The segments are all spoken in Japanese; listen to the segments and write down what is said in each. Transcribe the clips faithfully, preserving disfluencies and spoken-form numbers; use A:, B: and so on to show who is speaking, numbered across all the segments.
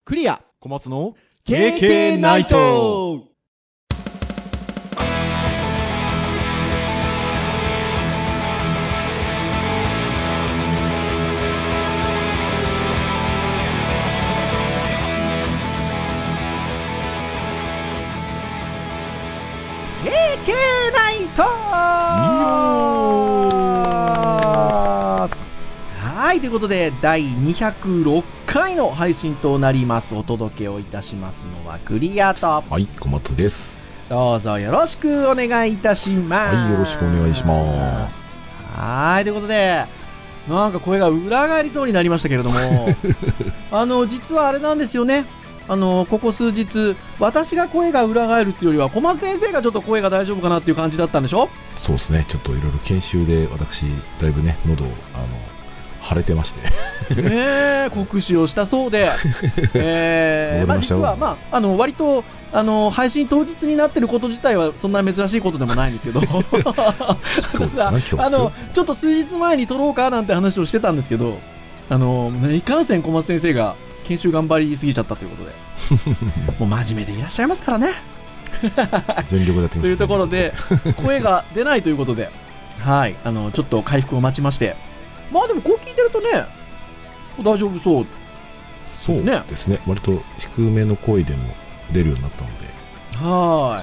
A: クリア小松の ケーケー ナイト。
B: ケーケー ナイト。はい、ということでだいにひゃくろっかいの配信となります。お届けをいたしますのはクリアと、
C: はい、小松です。
B: どうぞよろしくお願いいたします。
C: はい、よろしくお願いします。
B: はい、ということでなんか声が裏返りそうになりましたけれどもあの実はあれなんですよね。あのここ数日私が声が裏返るっていうよりは小松先生がちょっと声が大丈夫かなっていう感じだったんでしょ。
C: そうですね、ちょっといろいろ研修で私だいぶね喉をあの腫れてまして
B: ねえ酷使をしたそうで、えーまあ、実は、まあ、あの割とあの配信当日になってること自体はそんな珍しいことでもないんですけどあのちょっと数日前に撮ろうかなんて話をしてたんですけど、あのいかんせん小松先生が研修頑張りすぎちゃったということでもう真面目でいらっしゃいますからね
C: 全力でやってましたと
B: いうところで声が出ないということで、はい、あのちょっと回復を待ちまして、まあでもこう聞いてるとね大丈夫そう、
C: そうですね、割と低めの声でも出るようになったので、
B: はい、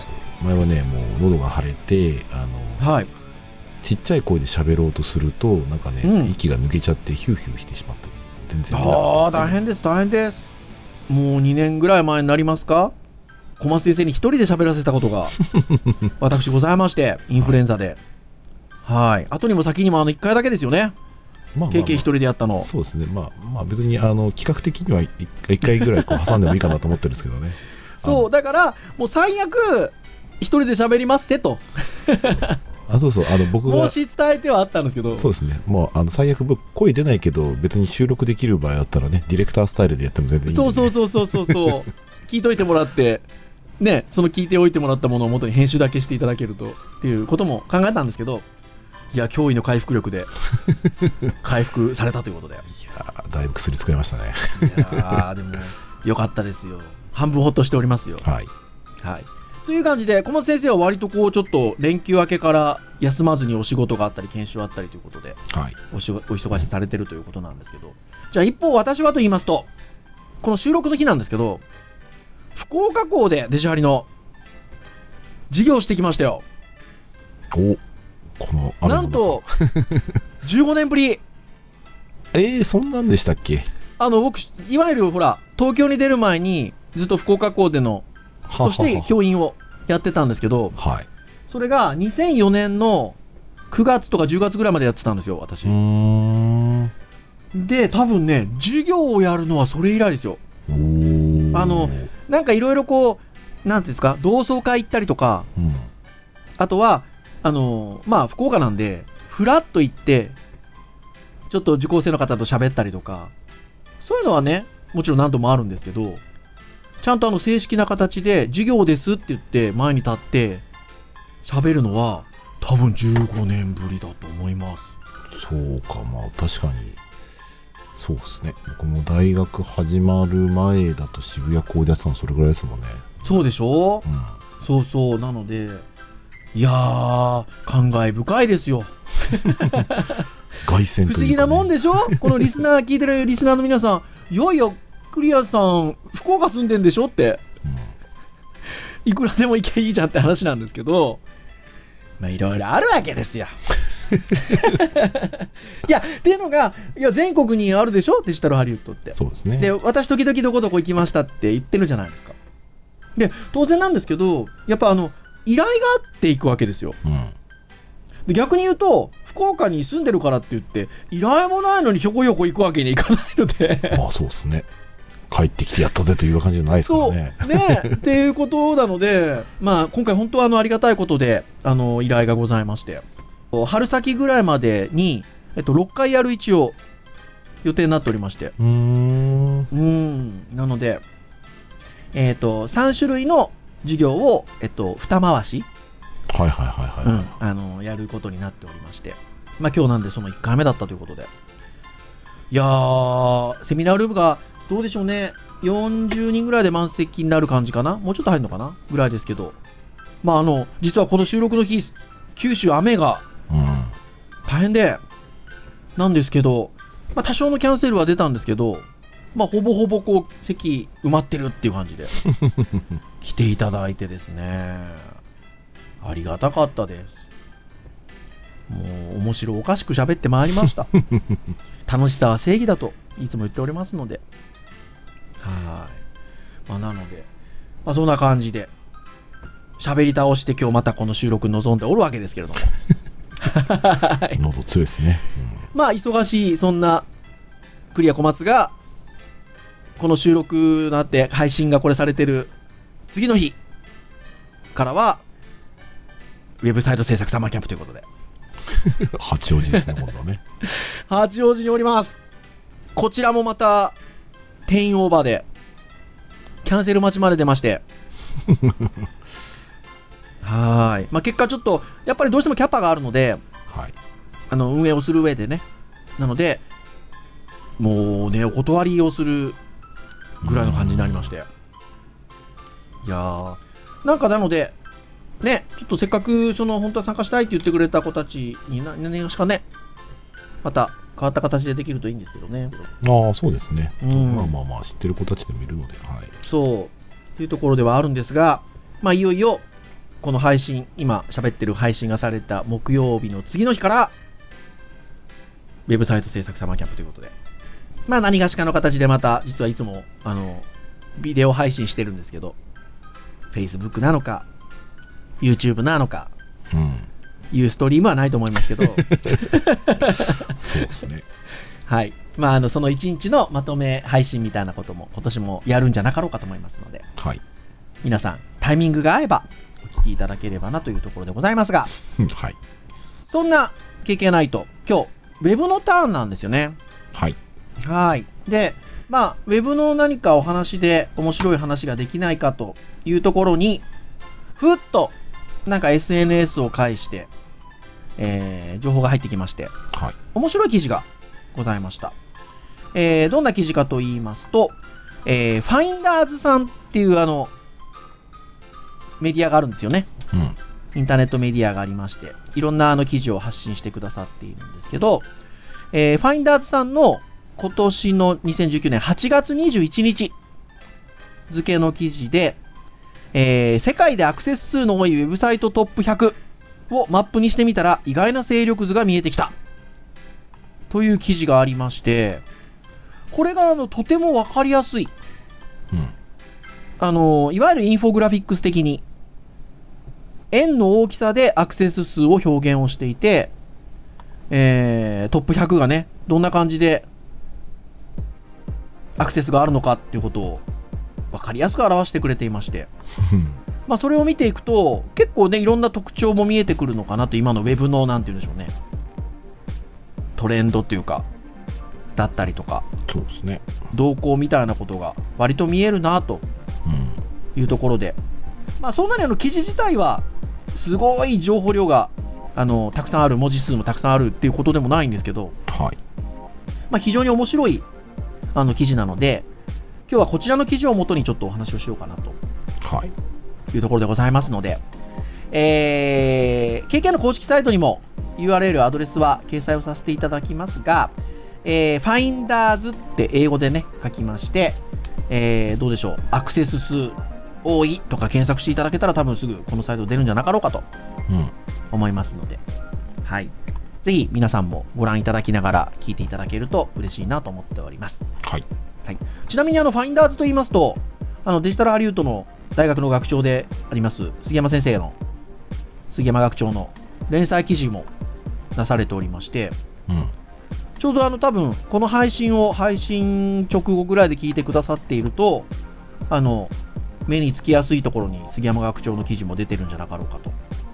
C: 前はねもう喉が腫れてあの、はい、ちっちゃい声で喋ろうとするとなんかね、うん、息が抜けちゃってヒューヒューしてしまったり全然出なかったです、ね、
B: ああ大変です大変です。もうにねんぐらい前になりますか、小松先生に一人で喋らせたことが私ございまして、インフルエンザで、はい、はい、後にも先にもあのいっかいだけですよね、まあまあまあ、経験一人でやったの。
C: そうですね、まあ、まあ別にあの企画的にはいっかいぐらいこう挟んでもいいかなと思ってるんですけどね
B: そうだからもう最悪一人で喋りますってと
C: あそうそうあの僕が
B: 申し伝えてはあったんですけど、
C: そうですね、もうあの最悪僕声出ないけど別に収録できる場合だったらねディレクタースタイルでやっても全然いいんで、ね、
B: そうそうそうそうそうそう聞いといてもらってね、その聞いておいてもらったものを元に編集だけしていただけるとっていうことも考えたんですけど、いや驚異の回復力で回復されたということでい
C: やだいぶ薬作りましたね
B: いやでもよかったですよ、半分ほっとしておりますよ。
C: はい、
B: はい、という感じで小松先生は割とこうちょっと連休明けから休まずにお仕事があったり研修あったりということで、はい、お, しお忙しされてるということなんですけど、じゃあ一方私はと言いますとこの収録の日なんですけど福岡港で弟子張りの授業をしてきましたよ。
C: おこのあれ
B: なんとじゅうごねんぶり
C: えー、そんなんでしたっけ。
B: あの僕いわゆるほら東京に出る前にずっと福岡港でのとして教員をやってたんですけど、はい、それがにせんよねんのくがつとかじゅうがつぐらいまでやってたんですよ私。うーんで多分ね授業をやるのはそれ以来ですよ。あのなんかいろいろこうなんていうんですか同窓会行ったりとか、うん、あとはあのまあ福岡なんでフラッと行ってちょっと受講生の方と喋ったりとかそういうのはねもちろん何度もあるんですけど、ちゃんとあの正式な形で授業ですって言って前に立って喋るのは多分じゅうごねんぶりだと思います。
C: そうか、まあ確かにそうですね。僕も大学始まる前だと渋谷校でやってたのそれぐらいですもんね。
B: そうでしょ、うん、そうそうなのでいやー感慨深いですよ
C: 凱旋というか、ね、
B: 不思議なもんでしょこのリスナー聞いてるリスナーの皆さんいやいやクリアさん福岡住んでんでしょって、うん、いくらでも行けばいいじゃんって話なんですけど、まあいろいろあるわけですよいやっていうのがいや全国にあるでしょデジタルハリウッドって。
C: そうですね。で
B: 私時々どこどこ行きましたって言ってるじゃないですか。で当然なんですけどやっぱあの依頼があっていくわけですよ、うん、で逆に言うと福岡に住んでるからって言って依頼もないのにひょこひょこ行くわけにいかないので
C: まあそうですね、帰ってきてやったぜという感じじゃないですからね。
B: そうねっていうことなので、まあ、今回本当はあのありがたいことであの依頼がございまして春先ぐらいまでに、えっと、ろっかいやる一応予定になっておりまして、うーんうーんなので、えっと、さんしゅるいの授業を、えっと、に回し、
C: はいはいはいはい、うん、
B: あのやることになっておりまして、まあ、今日なんでそのいっかいめだったということで、いやーセミナールームがどうでしょうね、 よんじゅうにんぐらいで満席になる感じかな、もうちょっと入るのかなぐらいですけど、まああの実はこの収録の日九州雨が大変で、うん、なんですけど、まあ、多少のキャンセルは出たんですけど、まあ、ほぼほぼこう席埋まってるっていう感じで来ていただいてですね、ありがたかったです。もう面白おかしく喋ってまいりました楽しさは正義だといつも言っておりますので、はい、まあ、なので、まあ、そんな感じで喋り倒して今日またこの収録に臨んでおるわけですけれども
C: 喉強いですね、
B: うん、まあ忙しいそんなクリア小松がこの収録のあって配信がこれされてる次の日からはウェブサイト制作サマーキャンプということで
C: 八王子ですね今度はね
B: 八王子におります。こちらもまた定員オーバーでキャンセル待ちまで出ましてはい、まあ、結果ちょっとやっぱりどうしてもキャパがあるので、はい、あの運営をする上でね、なのでもうねお断りをするぐらいの感じになりまして、いやーなんかなのでね、ちょっとせっかくその本当は参加したいって言ってくれた子たちに何がしかねまた変わった形でできるといいんですけどね。
C: ああそうですね、うん、まあまあまあ知ってる子たちでもいるので、はい、
B: そうというところではあるんですが、まあいよいよこの配信今喋ってる配信がされた木曜日の次の日からウェブサイト制作サマーキャンプということで、まあ何がしかの形でまた実はいつもあのビデオ配信してるんですけど、 Facebook なのか YouTube なのか、うん、いうストリームはないと思いますけど
C: そうですね、
B: はい、まああのそのいちにちのまとめ配信みたいなことも今年もやるんじゃなかろうかと思いますので、はい、皆さんタイミングが合えばお聞きいただければなというところでございますが、はい、そんな ケーケー ナイト今日ウェブのターンなんですよね。はいはいでまあウェブの何かお話で面白い話ができないかというところにふっとなんか エスエヌエス を介して、えー、情報が入ってきまして、はい、面白い記事がございました。えー、どんな記事かと言いますと、えー、ファインダーズさんっていうあのメディアがあるんですよね、うん、インターネットメディアがありまして、いろんなあの記事を発信してくださっているんですけど、えー、ファインダーズさんの今年のにせんじゅうきゅうねんはちがつにじゅういちにち付の記事で、えー、世界でアクセス数の多いウェブサイトトップひゃくをマップにしてみたら意外な勢力図が見えてきたという記事がありまして、これがあのとても分かりやすい、うん、あのいわゆるインフォグラフィックス的に円の大きさでアクセス数を表現をしていて、えー、トップひゃくがねどんな感じでアクセスがあるのかっていうことを分かりやすく表してくれていましてまあそれを見ていくと結構ねいろんな特徴も見えてくるのかなと、今のウェブのなんていうんでしょうねトレンドっていうかだったりとか、そうですね、動向みたいなことが割と見えるなというところで、うん、まあそんなにあの記事自体はすごい情報量があのたくさんある、文字数もたくさんあるっていうことでもないんですけど、はい、まあ非常に面白いあの記事なので、今日はこちらの記事をもとにちょっとお話をしようかなと、はい、いうところでございますので、えー、ケーケー の公式サイトにも ユーアールエル アドレスは掲載をさせていただきますが、えー、ファインダーズって英語でね書きまして、えー、どうでしょう、アクセス数多いとか検索していただけたら多分すぐこのサイト出るんじゃなかろうかと思いますので、うん、はい、ぜひ皆さんもご覧いただきながら聞いていただけると嬉しいなと思っております。はい、はい、ちなみにあのファインダーズと言いますと、あのデジタルハリウッドの大学の学長であります杉山先生の杉山学長の連載記事もなされておりまして、うん、ちょうどあの多分この配信を配信直後ぐらいで聞いてくださっていると、あの目につきやすいところに杉山学長の記事も出てるんじゃなかろうかと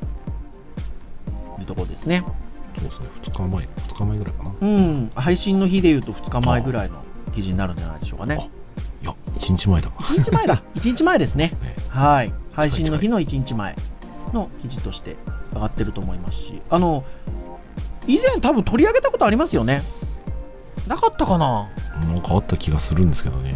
B: いうところですね。
C: そうですね、ふつかまえ、ふつかまえぐらいかな。
B: うん、配信の日でいうとふつかまえぐらいの記事になるんじゃないでしょうかね。
C: いや、いちにちまえだ。
B: いちにちまえだ。いちにちまえですね。ね、はい。配信の日のいちにちまえの記事として上がってると思いますし、あの、以前多分取り上げたことありますよね。なかったかな。
C: なんかあった気がするんですけどね。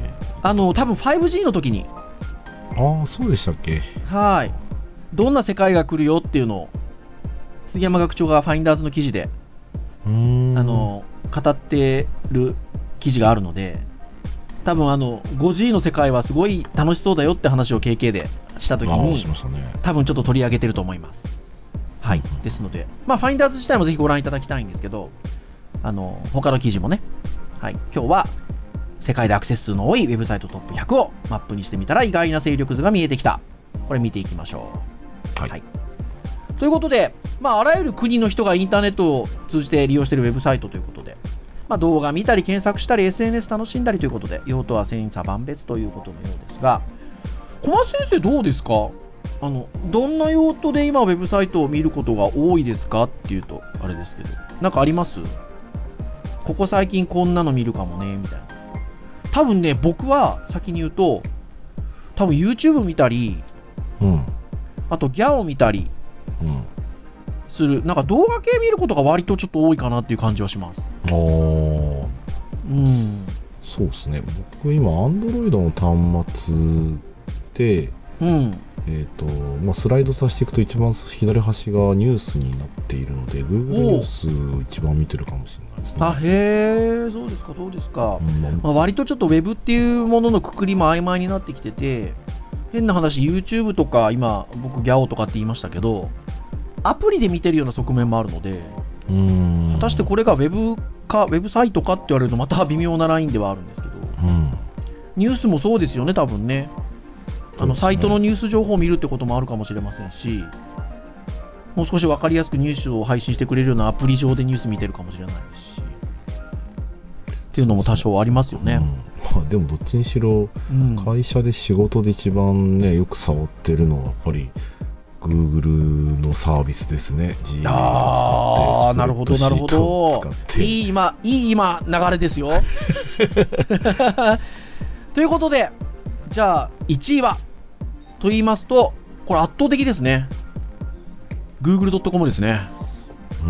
C: か。
B: あの多分 ファイブジー の時に。
C: ああ、そうでしたっけ。
B: はい。どんな世界が来るよっていうのを杉山学長がファインダーズの記事で
C: うーん
B: あの語ってる記事があるので、多分あの ファイブジー の世界はすごい楽しそうだよって話を ケーケー でした時に
C: しましたね、
B: 多分ちょっと取り上げてると思います。はい、うん、ですので、まあ、ファインダーズ自体もぜひご覧いただきたいんですけど、あの他の記事もね、はい、今日は世界でアクセス数の多いウェブサイトトップひゃくをマップにしてみたら意外な勢力図が見えてきた。これ見ていきましょう。はい、はい、ということで、まあ、あらゆる国の人がインターネットを通じて利用しているウェブサイトということで、まあ、動画見たり検索したり エスエヌエス 楽しんだりということで、用途は千差万別ということのようですが、小松先生どうですか？あのどんな用途で今ウェブサイトを見ることが多いですかっていうとあれですけど、なんかあります？ここ最近こんなの見るかもねみたいな。多分ね、僕は先に言うと多分 YouTube 見たり、うん、あとギャオ見たりする、うん、なんか動画系見ることが割とちょっと多いかなっていう感じはします。
C: あー、うん、そうですね。僕今 Android の端末で、うん、えーとまあ、スライドさせていくと一番左端がニュースになっているので Google ニュースを一番見てるかもしれないですね。
B: あ、へえ、そうですか、そうですか、うん、まあ、割とちょっと Web っていうもののくくりも曖昧になってきてて、変な話 YouTube とか今僕ギャオとかって言いましたけどアプリで見てるような側面もあるので、うーん、果たしてこれが Web か Web サイトかって言われるとまた微妙なラインではあるんですけど、うん、ニュースもそうですよね、多分ね。あのサイトのニュース情報を見るってこともあるかもしれませんし、もう少し分かりやすくニュースを配信してくれるようなアプリ上でニュース見てるかもしれないですしっていうのも多少ありますよね。
C: うん、まあ、でもどっちにしろ、うん、会社で仕事で一番ねよく触ってるのはやっぱり Google のサービスですね。 Gmail を使って、
B: ああ、なるほどなるほど、いい今いい今流れですよということで、じゃあいちいはと言いますと、これ圧倒的ですね。 グーグルドットコム ですね。
C: うん、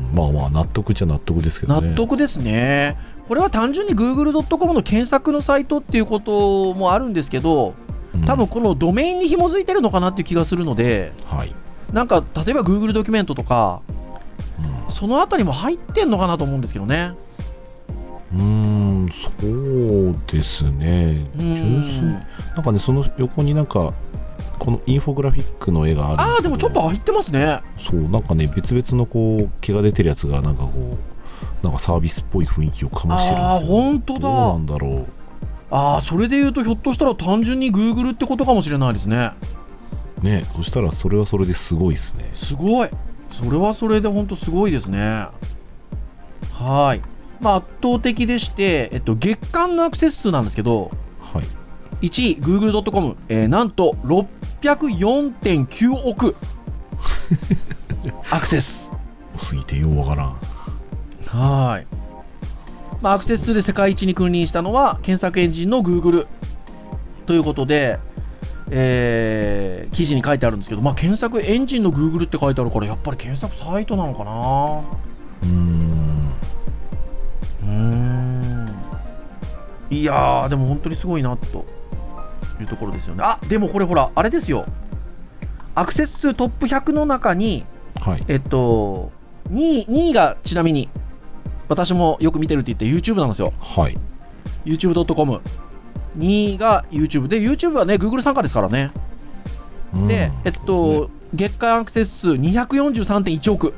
C: まあまあ納得じゃ納得ですけどね。
B: 納得ですね。これは単純に グーグルドットコム の検索のサイトっていうこともあるんですけど、多分このドメインに紐づいてるのかなっていう気がするので、はい、なんか例えば Google ドキュメントとか、うん、そのあたりも入ってんのかなと思うんですけどね。
C: うーん、そうですね。純粋なんかね、その横になんかこのインフォグラフィックの絵があるんですけど、
B: ああ、でもちょっと入ってますね。
C: そう、なんかね、別々のこう毛が出てるやつがなんかこうなんかサービスっぽい雰囲気を醸してるんですけど、
B: ああ、本当だ。
C: どうなんだろう。
B: ああ、それで言うとひょっとしたら単純に Google ってことかもしれないですね。
C: ね、そしたらそれはそれですごいですね。
B: すごい。それはそれで本当すごいですね。はい。まあ、圧倒的でして、えっと、月間のアクセス数なんですけど、はい、いちい グーグルドットコム、えー、なんと ろっぴゃくよんてんきゅうおくアクセス。
C: 多すぎてようわからん。
B: はい。まあ、アクセス数で世界一に君臨したのは検索エンジンの Google ということで、えー、記事に書いてあるんですけど、まあ、検索エンジンの Google って書いてあるから、やっぱり検索サイトなのかな。うーんうーんいやー、でも本当にすごいなというところですよね。あ、でもこれほらあれですよ、アクセス数トップひゃくの中に、はい、えっとにい、にいがちなみに私もよく見てるって言って YouTube なんですよ。はい、ユーチューブドットコム、にいが YouTube で、 YouTube はね Google 参加ですからね。で、えっと、ね、月間アクセス数 にひゃくよんじゅうさんてんいちおく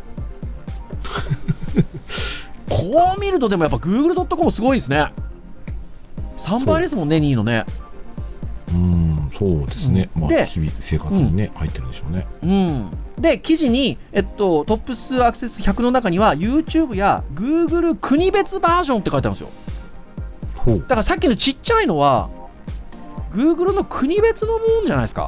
B: こう見るとでもやっぱ グーグルドットコム すごいですね。さんばいですもんね、にいのね。
C: うーん、そうですね、うん、まあ、日々生活にね、うん、入ってるんでしょうね。
B: うん、で記事に、えっと、トップ数アクセスひゃくの中には YouTube や Google 国別バージョンって書いてあるんですよ。ほう。だからさっきのちっちゃいのは Google の国別のもんじゃないですか、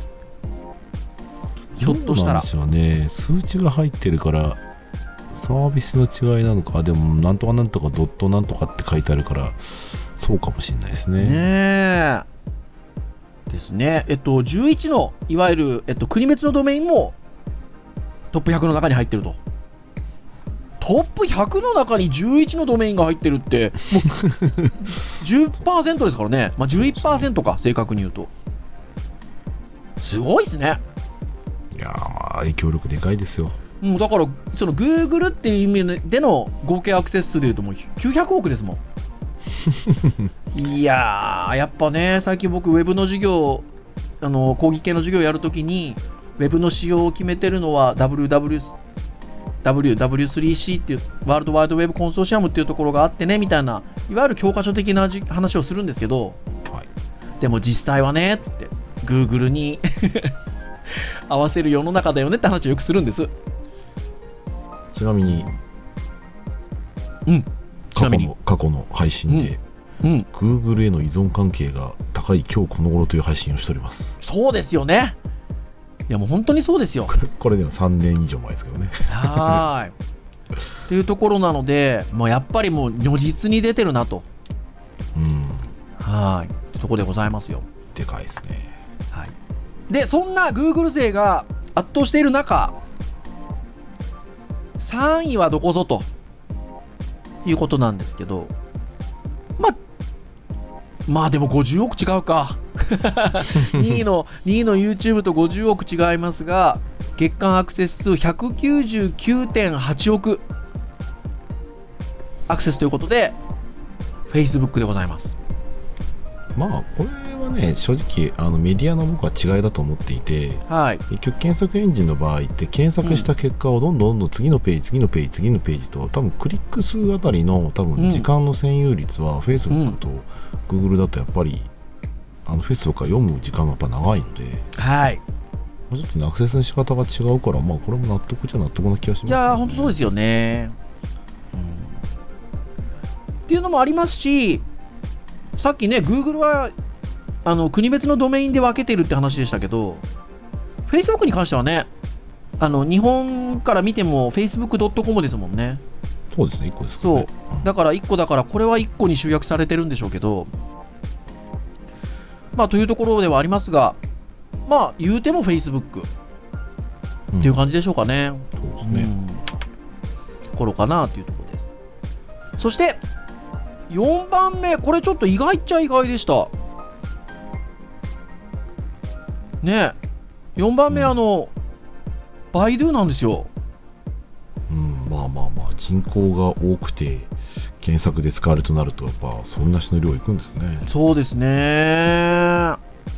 B: ひょっとしたら。
C: そうなんですよね、数値が入ってるからサービスの違いなのか。でもなんとかなんとかドットなんとかって書いてあるからそうかもしれないですね。ね
B: えですね。えっとじゅういちのいわゆる、えっと、国別のドメインもトップひゃくの中に入ってるとトップひゃくの中にじゅういちのドメインが入ってるってもう じゅっパーセント ですからね、まあ、じゅういちパーセント か正確に言うとすごいですね。
C: いやー影響力でかいですよ。
B: もうだからその Google っていう意味での合計アクセス数でいうともうきゅうひゃくおくですもんいやーやっぱね最近僕ウェブの授業あの講義系の授業をやるときにウェブの仕様を決めてるのは ダブリューダブリューダブリュースリーシー っていうワールドワイドウェブコンソーシアムっていうところがあってねみたいないわゆる教科書的な話をするんですけど、はい、でも実際はねつって Google に合わせる世の中だよねって話をよくするんです。
C: ちなみに、うん、過去の過去の配信で、うんうん、Google への依存関係が高い今日この頃という配信をしております。
B: そうですよね。いやもう本当にそうですよ。
C: これでもさんねん以上前ですけどね。
B: はいというところなので、もうやっぱりもう如実に出てるなと、うん、はいというところでございますよ。
C: でかいですね。
B: はい、でそんな Google 勢が圧倒している中さんいはどこぞということなんですけど、まあまあでもごじゅうおく違うかにいのにいの YouTube とごじゅうおく違いますが月間アクセス数 ひゃくきゅうじゅうきゅうてんはちおくアクセスということで Facebook でございます。
C: まあこれはね正直あのメディアの僕は違いだと思っていて、はい、結局検索エンジンの場合って検索した結果をどんどんどんどん次のページ次のページ次のページと多分クリック数あたりの多分時間の占有率は Facebook と Google だとやっぱりあの Facebook が読む時間がやっぱ長いので、はい、ちょっと、ね、アクセスの仕方が違うから、まあ、これも納得じゃ納得な気がします、ね、
B: いやー本当そうですよね、うん、っていうのもありますしさっきね Google はあの国別のドメインで分けてるって話でしたけど Facebook に関してはねあの日本から見ても フェイスブックドットコム ですもんね。
C: そうですねいっこですからね。
B: そう、うん、だからいっこだからこれはいっこに集約されてるんでしょうけどまあというところではありますがまあ言うても Facebook っていう感じでしょうかね、
C: うん、そうですね、うん、
B: ところかなというところです。そしてよんばんめこれちょっと意外っちゃ意外でしたね。よんばんめ、うん、あのバイドゥなんですよ。
C: うん、まあまあまあ人口が多くて検索で使われるとなるとやっぱそんなしの量いくんですね。
B: そうですね。あ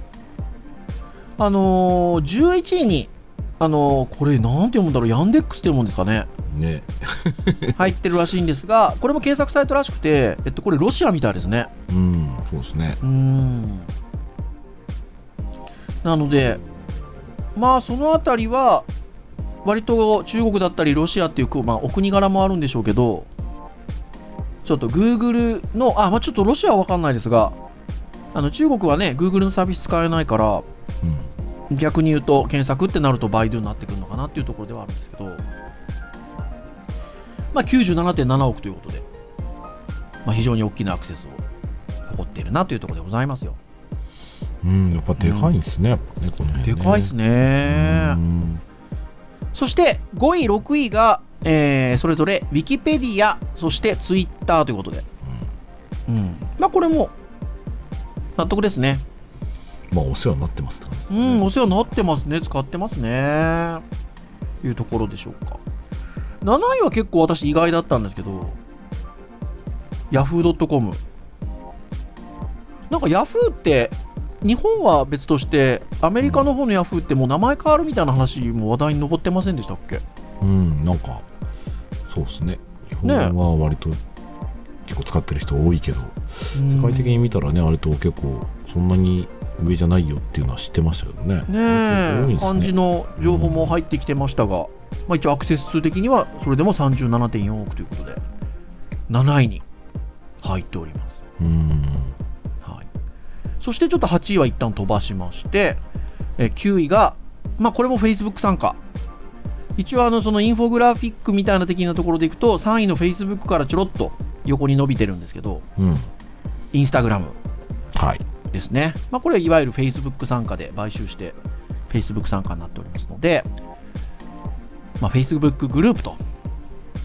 B: のー、じゅういちいにあのー、これなんて読むんだろうヤンデックスって読むんですかね。
C: ね
B: 入ってるらしいんですがこれも検索サイトらしくて、えっと、これロシアみたいですね。
C: うんそうですね。
B: うーんなのでまあそのあたりは割と中国だったりロシアっていう、まあ、お国柄もあるんでしょうけどちょっと Google のあ、まあ、ちょっとロシアは分かんないですがあの中国はね Google のサービス使えないから、うん、逆に言うと検索ってなるとバイドゥになってくるのかなっていうところではあるんですけどまあ きゅうじゅうななてんななおくということで、まあ、非常に大きなアクセスを誇っているなというところでございますよ。
C: うん、やっぱでかいんですね、うん、やっぱねこの辺ね。
B: でかいですね。そしてごいろくいが、えー、それぞれ Wikipedia そして Twitter ということで、うんうん、まあこれも納得ですね。
C: まあお世話になってますって感じですね。
B: うんお世話になってますね使ってますねというところでしょうか。なないは結構私意外だったんですけど ヤフードットコム なんか Yahoo って日本は別としてアメリカの方の Yahoo ってもう名前変わるみたいな話も話題に上ってませんでしたっけ。
C: うんなんかそうですね日本は割と結構使ってる人多いけど、ね、世界的に見たらね割と結構そんなに上じゃないよっていうのは知ってましたけどね。
B: ねえ、ね漢字の情報も入ってきてましたが、うんまあ、一応アクセス数的にはそれでも さんじゅうななてんよんおくということでなないに入っております。うん、はい、そしてちょっとはちいは一旦飛ばしましてえきゅういが、まあ、これも Facebook 参加。一応あのそのインフォグラフィックみたいな的なところでいくとさんいの Facebook からちょろっと横に伸びてるんですけど、うん、インスタグラムですね、はいまあ、これはいわゆる Facebook 参加で買収して Facebook 参加になっておりますので、まあ、Facebook グループと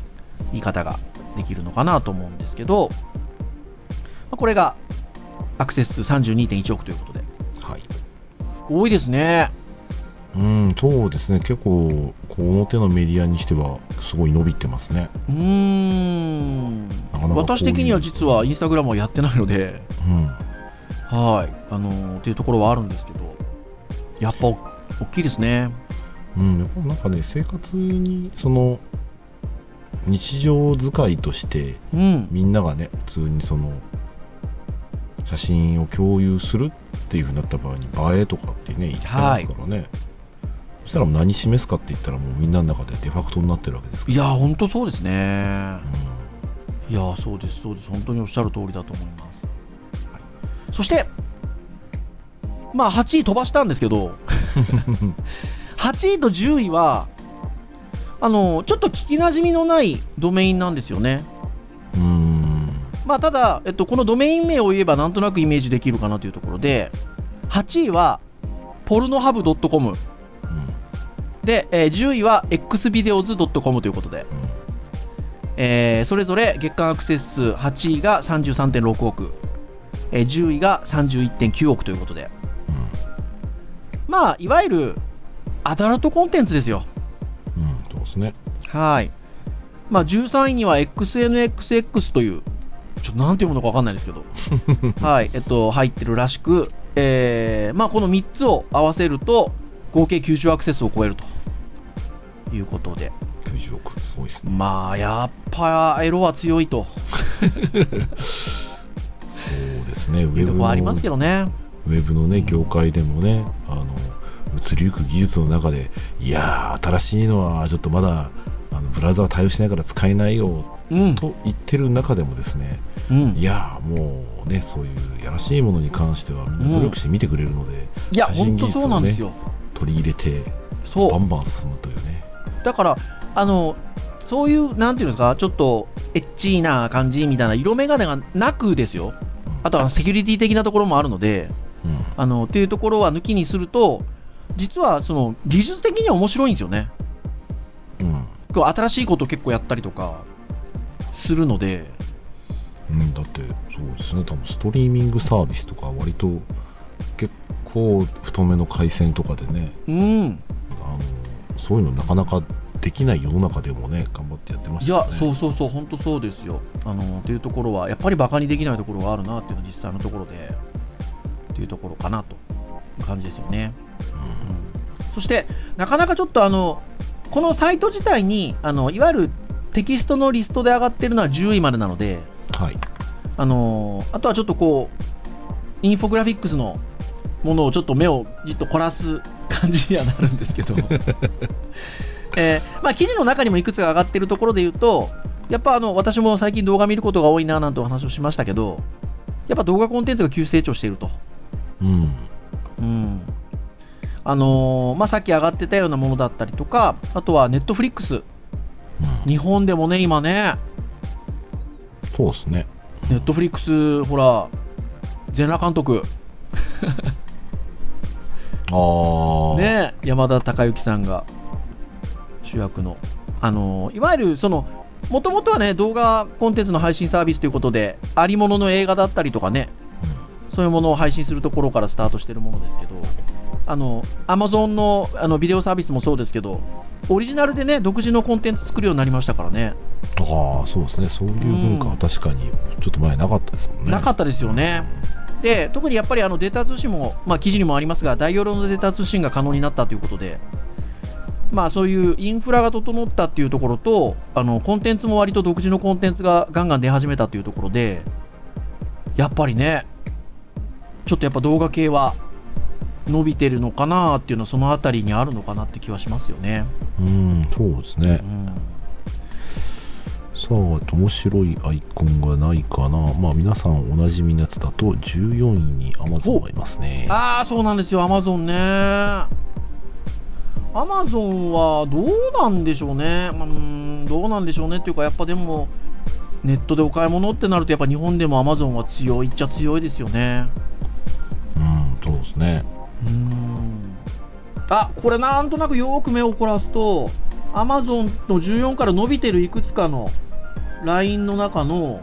B: 言い方ができるのかなと思うんですけど、これがアクセス数 さんじゅうにてんいちおくということで、
C: はい、
B: 多いですね。
C: うん、そうですね。結構こう表のメディアにしてはすごい伸びてますね。
B: うーん、なかなか私的には実はインスタグラムはやってないので、うん、はいあのー、っていうところはあるんですけど、やっぱ大きいですね。
C: うん、やっぱなんかね、生活にその日常使いとして、うん、みんながね普通にその写真を共有するっていう風になった場合に映えとかってね言ってますからね、はい、そしたら何示すかって言ったらもうみんなの中でデファクトになってるわけですから、
B: いや本当そうですね、うん、いやそうですそうです、本当におっしゃる通りだと思います、はい、そしてまあはちい飛ばしたんですけどはちいとじゅういはあのちょっと聞きなじみのないドメインなんですよね。
C: うーん、
B: まあ、ただ、えっと、このドメイン名を言えばなんとなくイメージできるかなというところで、はちいはポルノハブ .com、うん、で、えー、じゅういは エックスビデオズ .com ということで、うん、えー、それぞれ月間アクセス数はちいが さんじゅうさんてんろくおく、えー、じゅういが さんじゅういってんきゅうおくということで、うん、まあいわゆるアダルトコンテンツですよ。
C: うん、そうですね。
B: はい。まあじゅうさんいには エックスエヌエックスエックス という、ちょっとなんて読むのか分かんないですけどはい、えっと、入ってるらしく、えーまあ、このみっつを合わせると合計きゅうじゅうアクセスを超えるということで、
C: きゅうじゅうおく、すごいですね。
B: まあやっぱエロは強いと
C: そうですね。ウェブの
B: ありますけどね、
C: ウェブのね業界でもね、あの移りゆく技術の中で、いやー新しいのはちょっとまだあのブラウザは対応しないから使えないよ、うん、と言ってる中でもですね、うん、いやもうねそういうやらしいものに関してはみんな努力して見てくれるので、うん、
B: いや本当そうなんですよ。
C: 取り入れてバンバン進むというね。
B: だからあのそういうなんていうんですか、ちょっとエッチーな感じみたいな色眼鏡がなくですよ、うん、あとはセキュリティ的なところもあるので、うん、あのっていうところは抜きにすると実はその技術的には面白いんですよね、うん、新しいことを結構やったりとかするので、
C: うん、だってそうですね、多分ストリーミングサービスとか割と結構太めの回線とかでね、うん、あのそういうのなかなかできない世の中でもね頑張ってやってましたよね。
B: いやそうそうそう本当そうですよ。あのっていうところはやっぱりバカにできないところがあるなっていうのは実際のところでっていうところかなという感じですよね、うんうん、そしてなかなかちょっとあのこのサイト自体にあのいわゆるテキストのリストで上がってるのはじゅういまでなので、
C: はい、
B: あのあとはちょっとこうインフォグラフィックスのものをちょっと目をじっと凝らす感じにはなるんですけど、えーまあ、記事の中にもいくつか上がってるところで言うと、やっぱあの私も最近動画見ることが多いななんてお話をしましたけど、やっぱ動画コンテンツが急成長していると、うんうん、あのーまあ、さっき上がってたようなものだったりとか、あとはネットフリックス、うん、日本でもね今ね、
C: そうですね、
B: ネットフリックスほら全裸監督
C: あ
B: ね、山田孝之さんが主役の、あのいわゆるそのもともとはね動画コンテンツの配信サービスということでありものの映画だったりとかね、うん、そういうものを配信するところからスタートしてるものですけど、あの Amazon の, あのビデオサービスもそうですけど、オリジナルでね独自のコンテンツ作るようになりましたからね。
C: ああそうですね、そういう文化は確かにちょっと前なかったですもんね、
B: うん、なかったですよね、うん、で特にやっぱりあのデータ通信も、まあ、記事にもありますが大容量のデータ通信が可能になったということで、まあ、そういうインフラが整ったっていうところと、あのコンテンツも割と独自のコンテンツがガンガン出始めたというところで、やっぱりねちょっとやっぱ動画系は伸びてるのかなっていうのはそのあたりにあるのかなって気はしますよね。
C: うん、そうですね、うん、さあ面白いアイコンがないかな。まあ皆さんおなじみのやつだとじゅうよんいに Amazon がいますね。
B: ああそうなんですよ、 Amazon ね。Amazon はどうなんでしょうね、まあ、うーんどうなんでしょうねっていうか、やっぱでもネットでお買い物ってなるとやっぱ日本でも Amazon は強いっちゃ強いですよね。
C: うんそうですね。
B: うーんあこれなんとなくよーく目を凝らすと Amazon のじゅうよんから伸びてるいくつかのライン の中の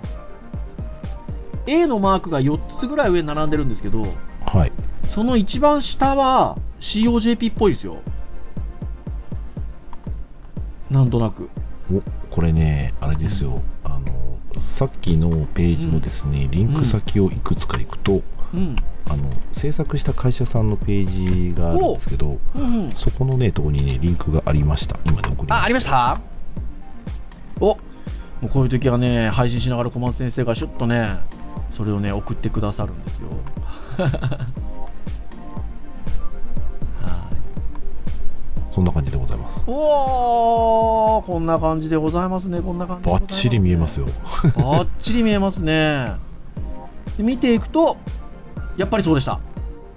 B: A のマークがよっつぐらい上に並んでるんですけど、
C: はい、
B: その一番下は シーオージェーピー っぽいですよ。なんとなく。
C: お、これね、あれですよ、うん、あのさっきのページのですね、うん、リンク先をいくつかいくと、うん、あの制作した会社さんのページがあるんですけど、うんうん、そこのねところにねリンクがありました。今で送りました。
B: あ、ありました。お、もうこういう時はね、配信しながら小松先生がシュッとねそれをね送ってくださるんですよ。
C: そんな感じでございます。
B: おー、こんな感じでございますね。こんな感じでございますね。
C: バッチリ見えますよ。
B: バッチリ見えますね。で見ていくとやっぱりそうでした。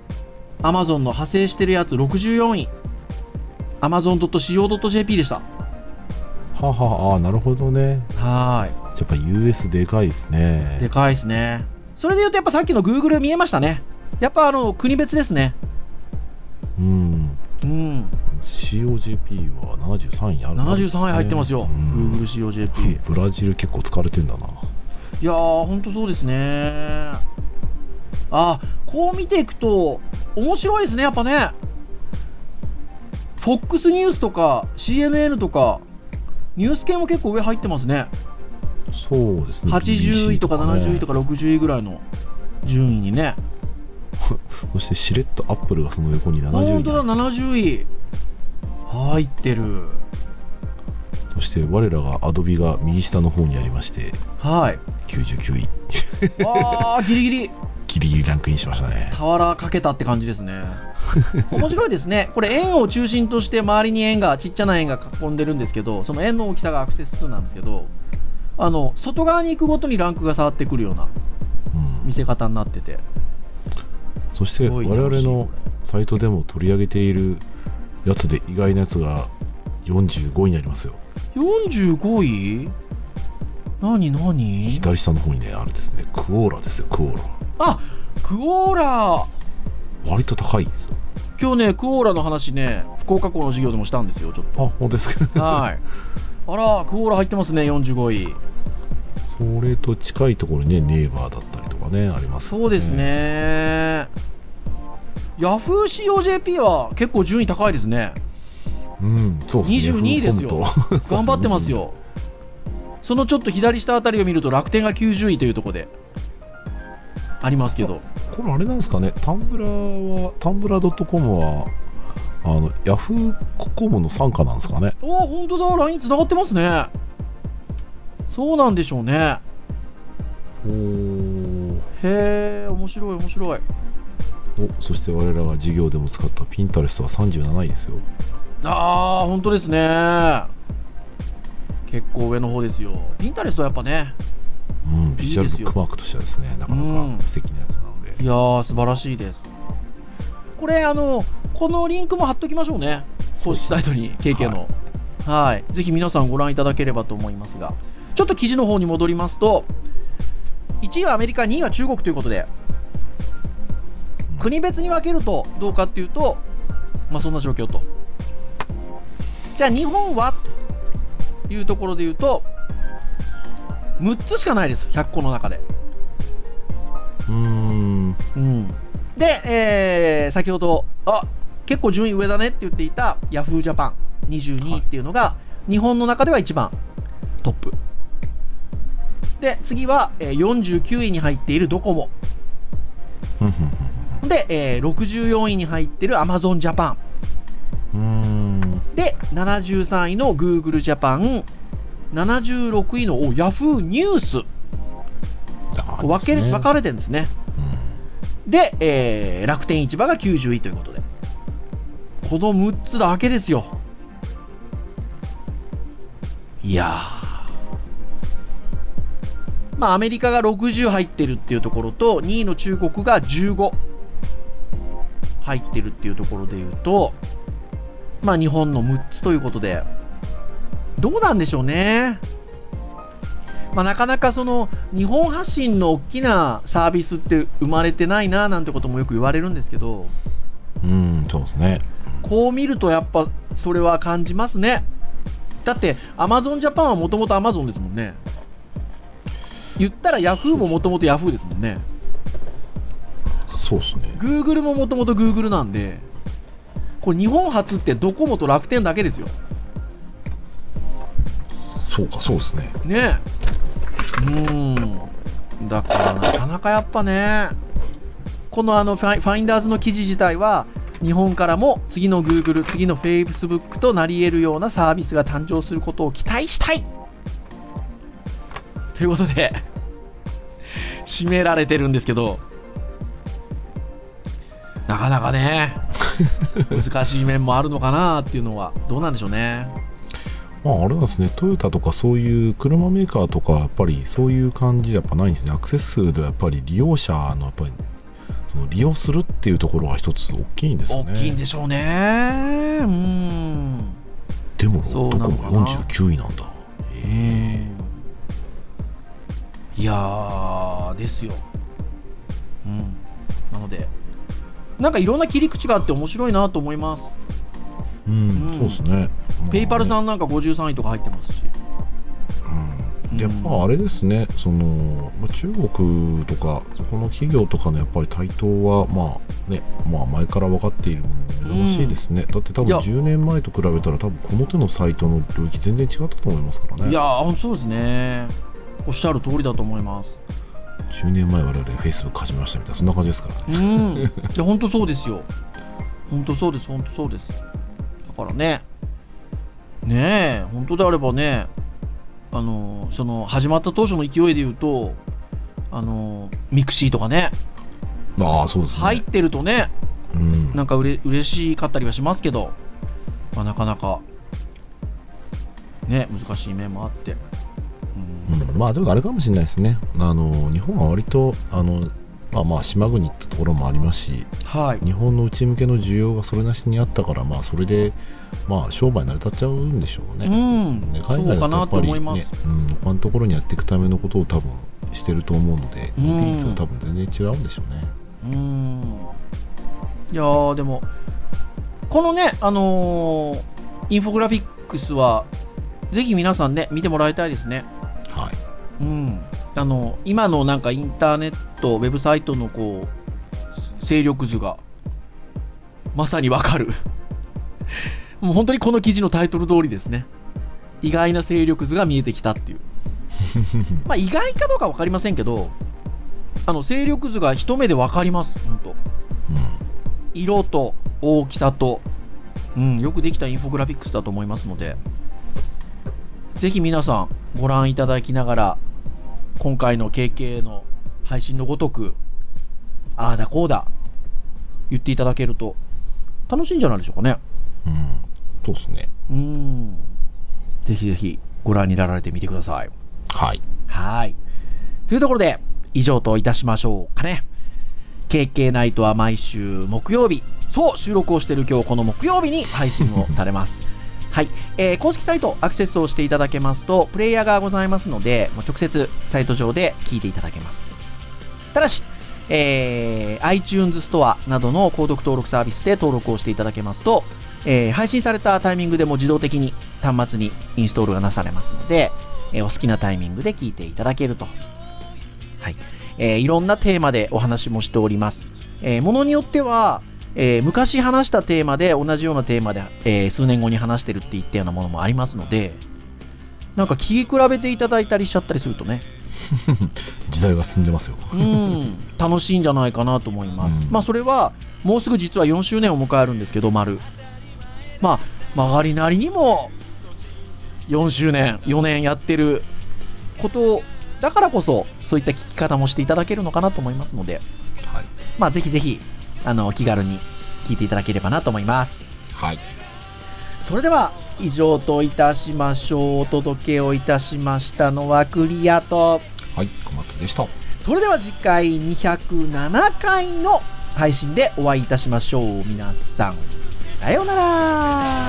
B: Amazon の派生してるやつろくじゅうよんい アマゾンドットシーオードットジェーピー でした。
C: ははあ、なるほどね。
B: はい。
C: やっぱ ユーエス でかいですね。
B: でかいですね。それでいうとやっぱさっきの Google 見えましたね。やっぱあの国別ですね。
C: うん
B: うん、
C: シーオージェーピー はななじゅうさんいあるんですね。
B: ななじゅうさんい入ってますよ、うん、Google シーオージェーピー。
C: ブラジル結構使われてんだな。
B: いやーほんとそうですね。あ、こう見ていくと面白いですね。やっぱね フォックス ニュースとか シーエヌエヌ とかニュース系も結構上入ってますね。
C: そうですね。
B: はちじゅういとかななじゅういとかろくじゅういぐらいの順位にね。
C: そしてしれっとアップルがその横にななじゅうい。
B: 本当だ、ななじゅうい入ってる。
C: そして我らがアドビが右下の方にありまして、
B: はい、
C: きゅうじゅうきゅうい。
B: あーギリギリ
C: ギリギリランクインしましたね。
B: 俵かけたって感じですね。面白いですね。これ円を中心として周りに円がちっちゃな円が囲んでるんですけど、その円の大きさがアクセス数なんですけど、あの外側に行くごとにランクが下がってくるような見せ方になってて、うん、
C: そして我々のサイトでも取り上げているやつで意外なやつがよんじゅうごいになりますよ。
B: よんじゅうごい？何何？
C: 左下の方にねあれですね、クオーラですよ。クオーラ。
B: あ、クオーラ
C: 割と高いですよ。
B: 今日ねクオーラの話ね福岡校の授業でもしたんですよ。ちょっと。
C: あ、本当ですか。
B: はい。あら、クオーラ入ってますね。よんじゅうごい。
C: それと近いところにねネイバーだったりとかねありますよね。
B: そうですね。ヤフー シーオージェーピー は結構順位高いですね。
C: うん、そうですね。
B: にじゅうにいですよ。頑張ってますよ。そのちょっと左下あたりを見ると楽天がきゅうじゅういというところでありますけど、
C: これあれなんですかね。タンブラーはタンブラー .com はあのヤフーコムの傘下なんですかね。
B: あ、本当だ。 ライン つながってますね。そうなんでしょうね。
C: おー、
B: へえ、面白い面白い。
C: お、そして我らが授業でも使ったピンタレストはさんじゅうなないですよ。
B: あー、本当ですね。結構上の方ですよ。ピンタレストはやっぱね、
C: うん、ビジュアルブックマークとしてはですね、なかなか素敵なやつなので、
B: うん、いやー素晴らしいです。これあのこのリンクも貼っときましょうね、公式サイトに ケーケー の、はい、はい、ぜひ皆さんご覧いただければと思いますが、ちょっと記事の方に戻りますと、いちいはアメリカ、にいは中国ということで、国別に分けるとどうかっていうと、まあそんな状況と。じゃあ日本はというところで言うとむっつしかないです、ひゃっこの中で。
C: うーん、
B: うん、で、えー、先ほどあ結構順位上だねって言っていたヤフージャパンにじゅうにいっていうのが、はい、日本の中では一番トップで、次は、えー、よんじゅうきゅういに入っているドコモで、えー、ろくじゅうよんいに入っているアマゾンジャパン、
C: うーん
B: でななじゅうさんいの Google ジャパン、ななじゅうろくいのお Yahoo ニュース、分け分かれてるんですね、うん、で、えー、楽天市場がきゅうじゅういということで、このむっつだけですよ。いやー、まあアメリカがろくじゅう入ってるっていうところと、にいの中国がじゅうご入ってるっていうところでいうと、まあ日本のむっつということで、どうなんでしょうね。まあなかなかその日本発信の大きなサービスって生まれてないななんてこともよく言われるんですけど、
C: うん、そうですね。
B: こう見るとやっぱそれは感じますね。だって Amazon Japan はもともと Amazon ですもんね。 言ったらヤフーももともとヤフーですもんね。
C: そうですね。
B: グーグルももともとグーグルなんで、これ日本初ってドコモと楽天だけですよ。
C: そうか、そうですね。
B: ねえ。うーん。だからなかなかやっぱね、このあのファイ、ファインダーズの記事自体は、日本からも次の Google、次の Facebook となり得るようなサービスが誕生することを期待したいということで、締められてるんですけど、なかなかね、難しい面もあるのかなっていうのは、どうなんでしょうね。
C: まあ、あれなんですね、トヨタとかそういう車メーカーとか、やっぱりそういう感じでやっぱないんですね。アクセス数ではやっぱり利用者のやっぱりその利用するっていうところが一つ大きいんですよね。
B: 大きいんでしょうね。うん。
C: でもどこもよんじゅうきゅういなんだ。へ
B: え。いやーですよ。うん。なので、なんかいろんな切り口があって面白いなと思います。
C: うん、うん、そうですね。
B: ペイパルさんなんかごじゅうさんいとか入ってますし。
C: うん、やっぱあれですね、その中国とかそこの企業とかのやっぱり台頭はまあね、まあ前から分かっているもの珍しいですね。うん、だって多分じゅうねんまえと比べたら多分この手のサイトの領域全然違ったと思いますからね。
B: いやーそうですね。おっしゃる通りだと思います。
C: じゅうねんまえ我々フェイスブック始めましたみたいなそんな感じですからね。
B: うん。いや本当そうですよ。本当そうです本当そうです。だからね。ねえ本当であればね。あのその始まった当初の勢いで言うとあのミクシーとかね、
C: ああそうですね、
B: 入ってるとね、うん、なんかうれ嬉しかったりはしますけど、まあ、なかなかね難しい面もあって、
C: うんうん、まあでもあれかもしれないですね。あの日本は割とあのまあまあ島国ってところもありますし、はい、日本の内向けの需要がそれなしにあったからまあそれでまあ商売成り立っちゃうんでしょうね。うん、ね海外だとやっぱりね、うん、他のところにやっていくためのことを多分してると思うので、うん、比率は多分全然違うんでしょうね。
B: うん、いやーでもこのねあのー、インフォグラフィックスはぜひ皆さんね見てもらいたいですね。
C: はい。
B: うん。あの今のなんかインターネットウェブサイトのこう勢力図がまさにわかるもう本当にこの記事のタイトル通りですね。意外な勢力図が見えてきたっていうまあ意外かどうか分かりませんけど、あの勢力図が一目で分かります。本当、うん、色と大きさと、うん、よくできたインフォグラフィックスだと思いますので、ぜひ皆さんご覧いただきながら今回の ケーケー の配信のごとくああだこうだ言っていただけると楽しいんじゃないでしょうかね。
C: うん、そうですね。
B: うん、ぜひぜひご覧になられてみてください。
C: はい。
B: はい。というところで以上といたしましょうかね。ケーケー ナイトは毎週木曜日、そう収録をしている今日この木曜日に配信をされます。はい、えー、公式サイトアクセスをしていただけますとプレイヤーがございますのでもう直接サイト上で聞いていただけます。ただし、えー、iTunes ストアなどの購読登録サービスで登録をしていただけますと、えー、配信されたタイミングでも自動的に端末にインストールがなされますので、えー、お好きなタイミングで聞いていただけると、はい、えー、いろんなテーマでお話もしております。えー、ものによってはえー、昔話したテーマで同じようなテーマで、えー、数年後に話してるっていったようなものもありますので、なんか聞き比べていただいたりしちゃったりするとね
C: 時代が進んでますよ
B: うん楽しいんじゃないかなと思います。まあそれはもうすぐ実はよんしゅうねんを迎えるんですけど、丸まあ曲がりなりにもよんしゅうねんよねんやってることだからこそそういった聞き方もしていただけるのかなと思いますので、はい、まあぜひぜひあの気軽に聞いていただければなと思います。
C: はい。
B: それでは以上といたしましょう。お届けをいたしましたのはクリアと、
C: はい、小松でした。
B: それでは次回にひゃくななかいの配信でお会いいたしましょう。皆さんさようなら。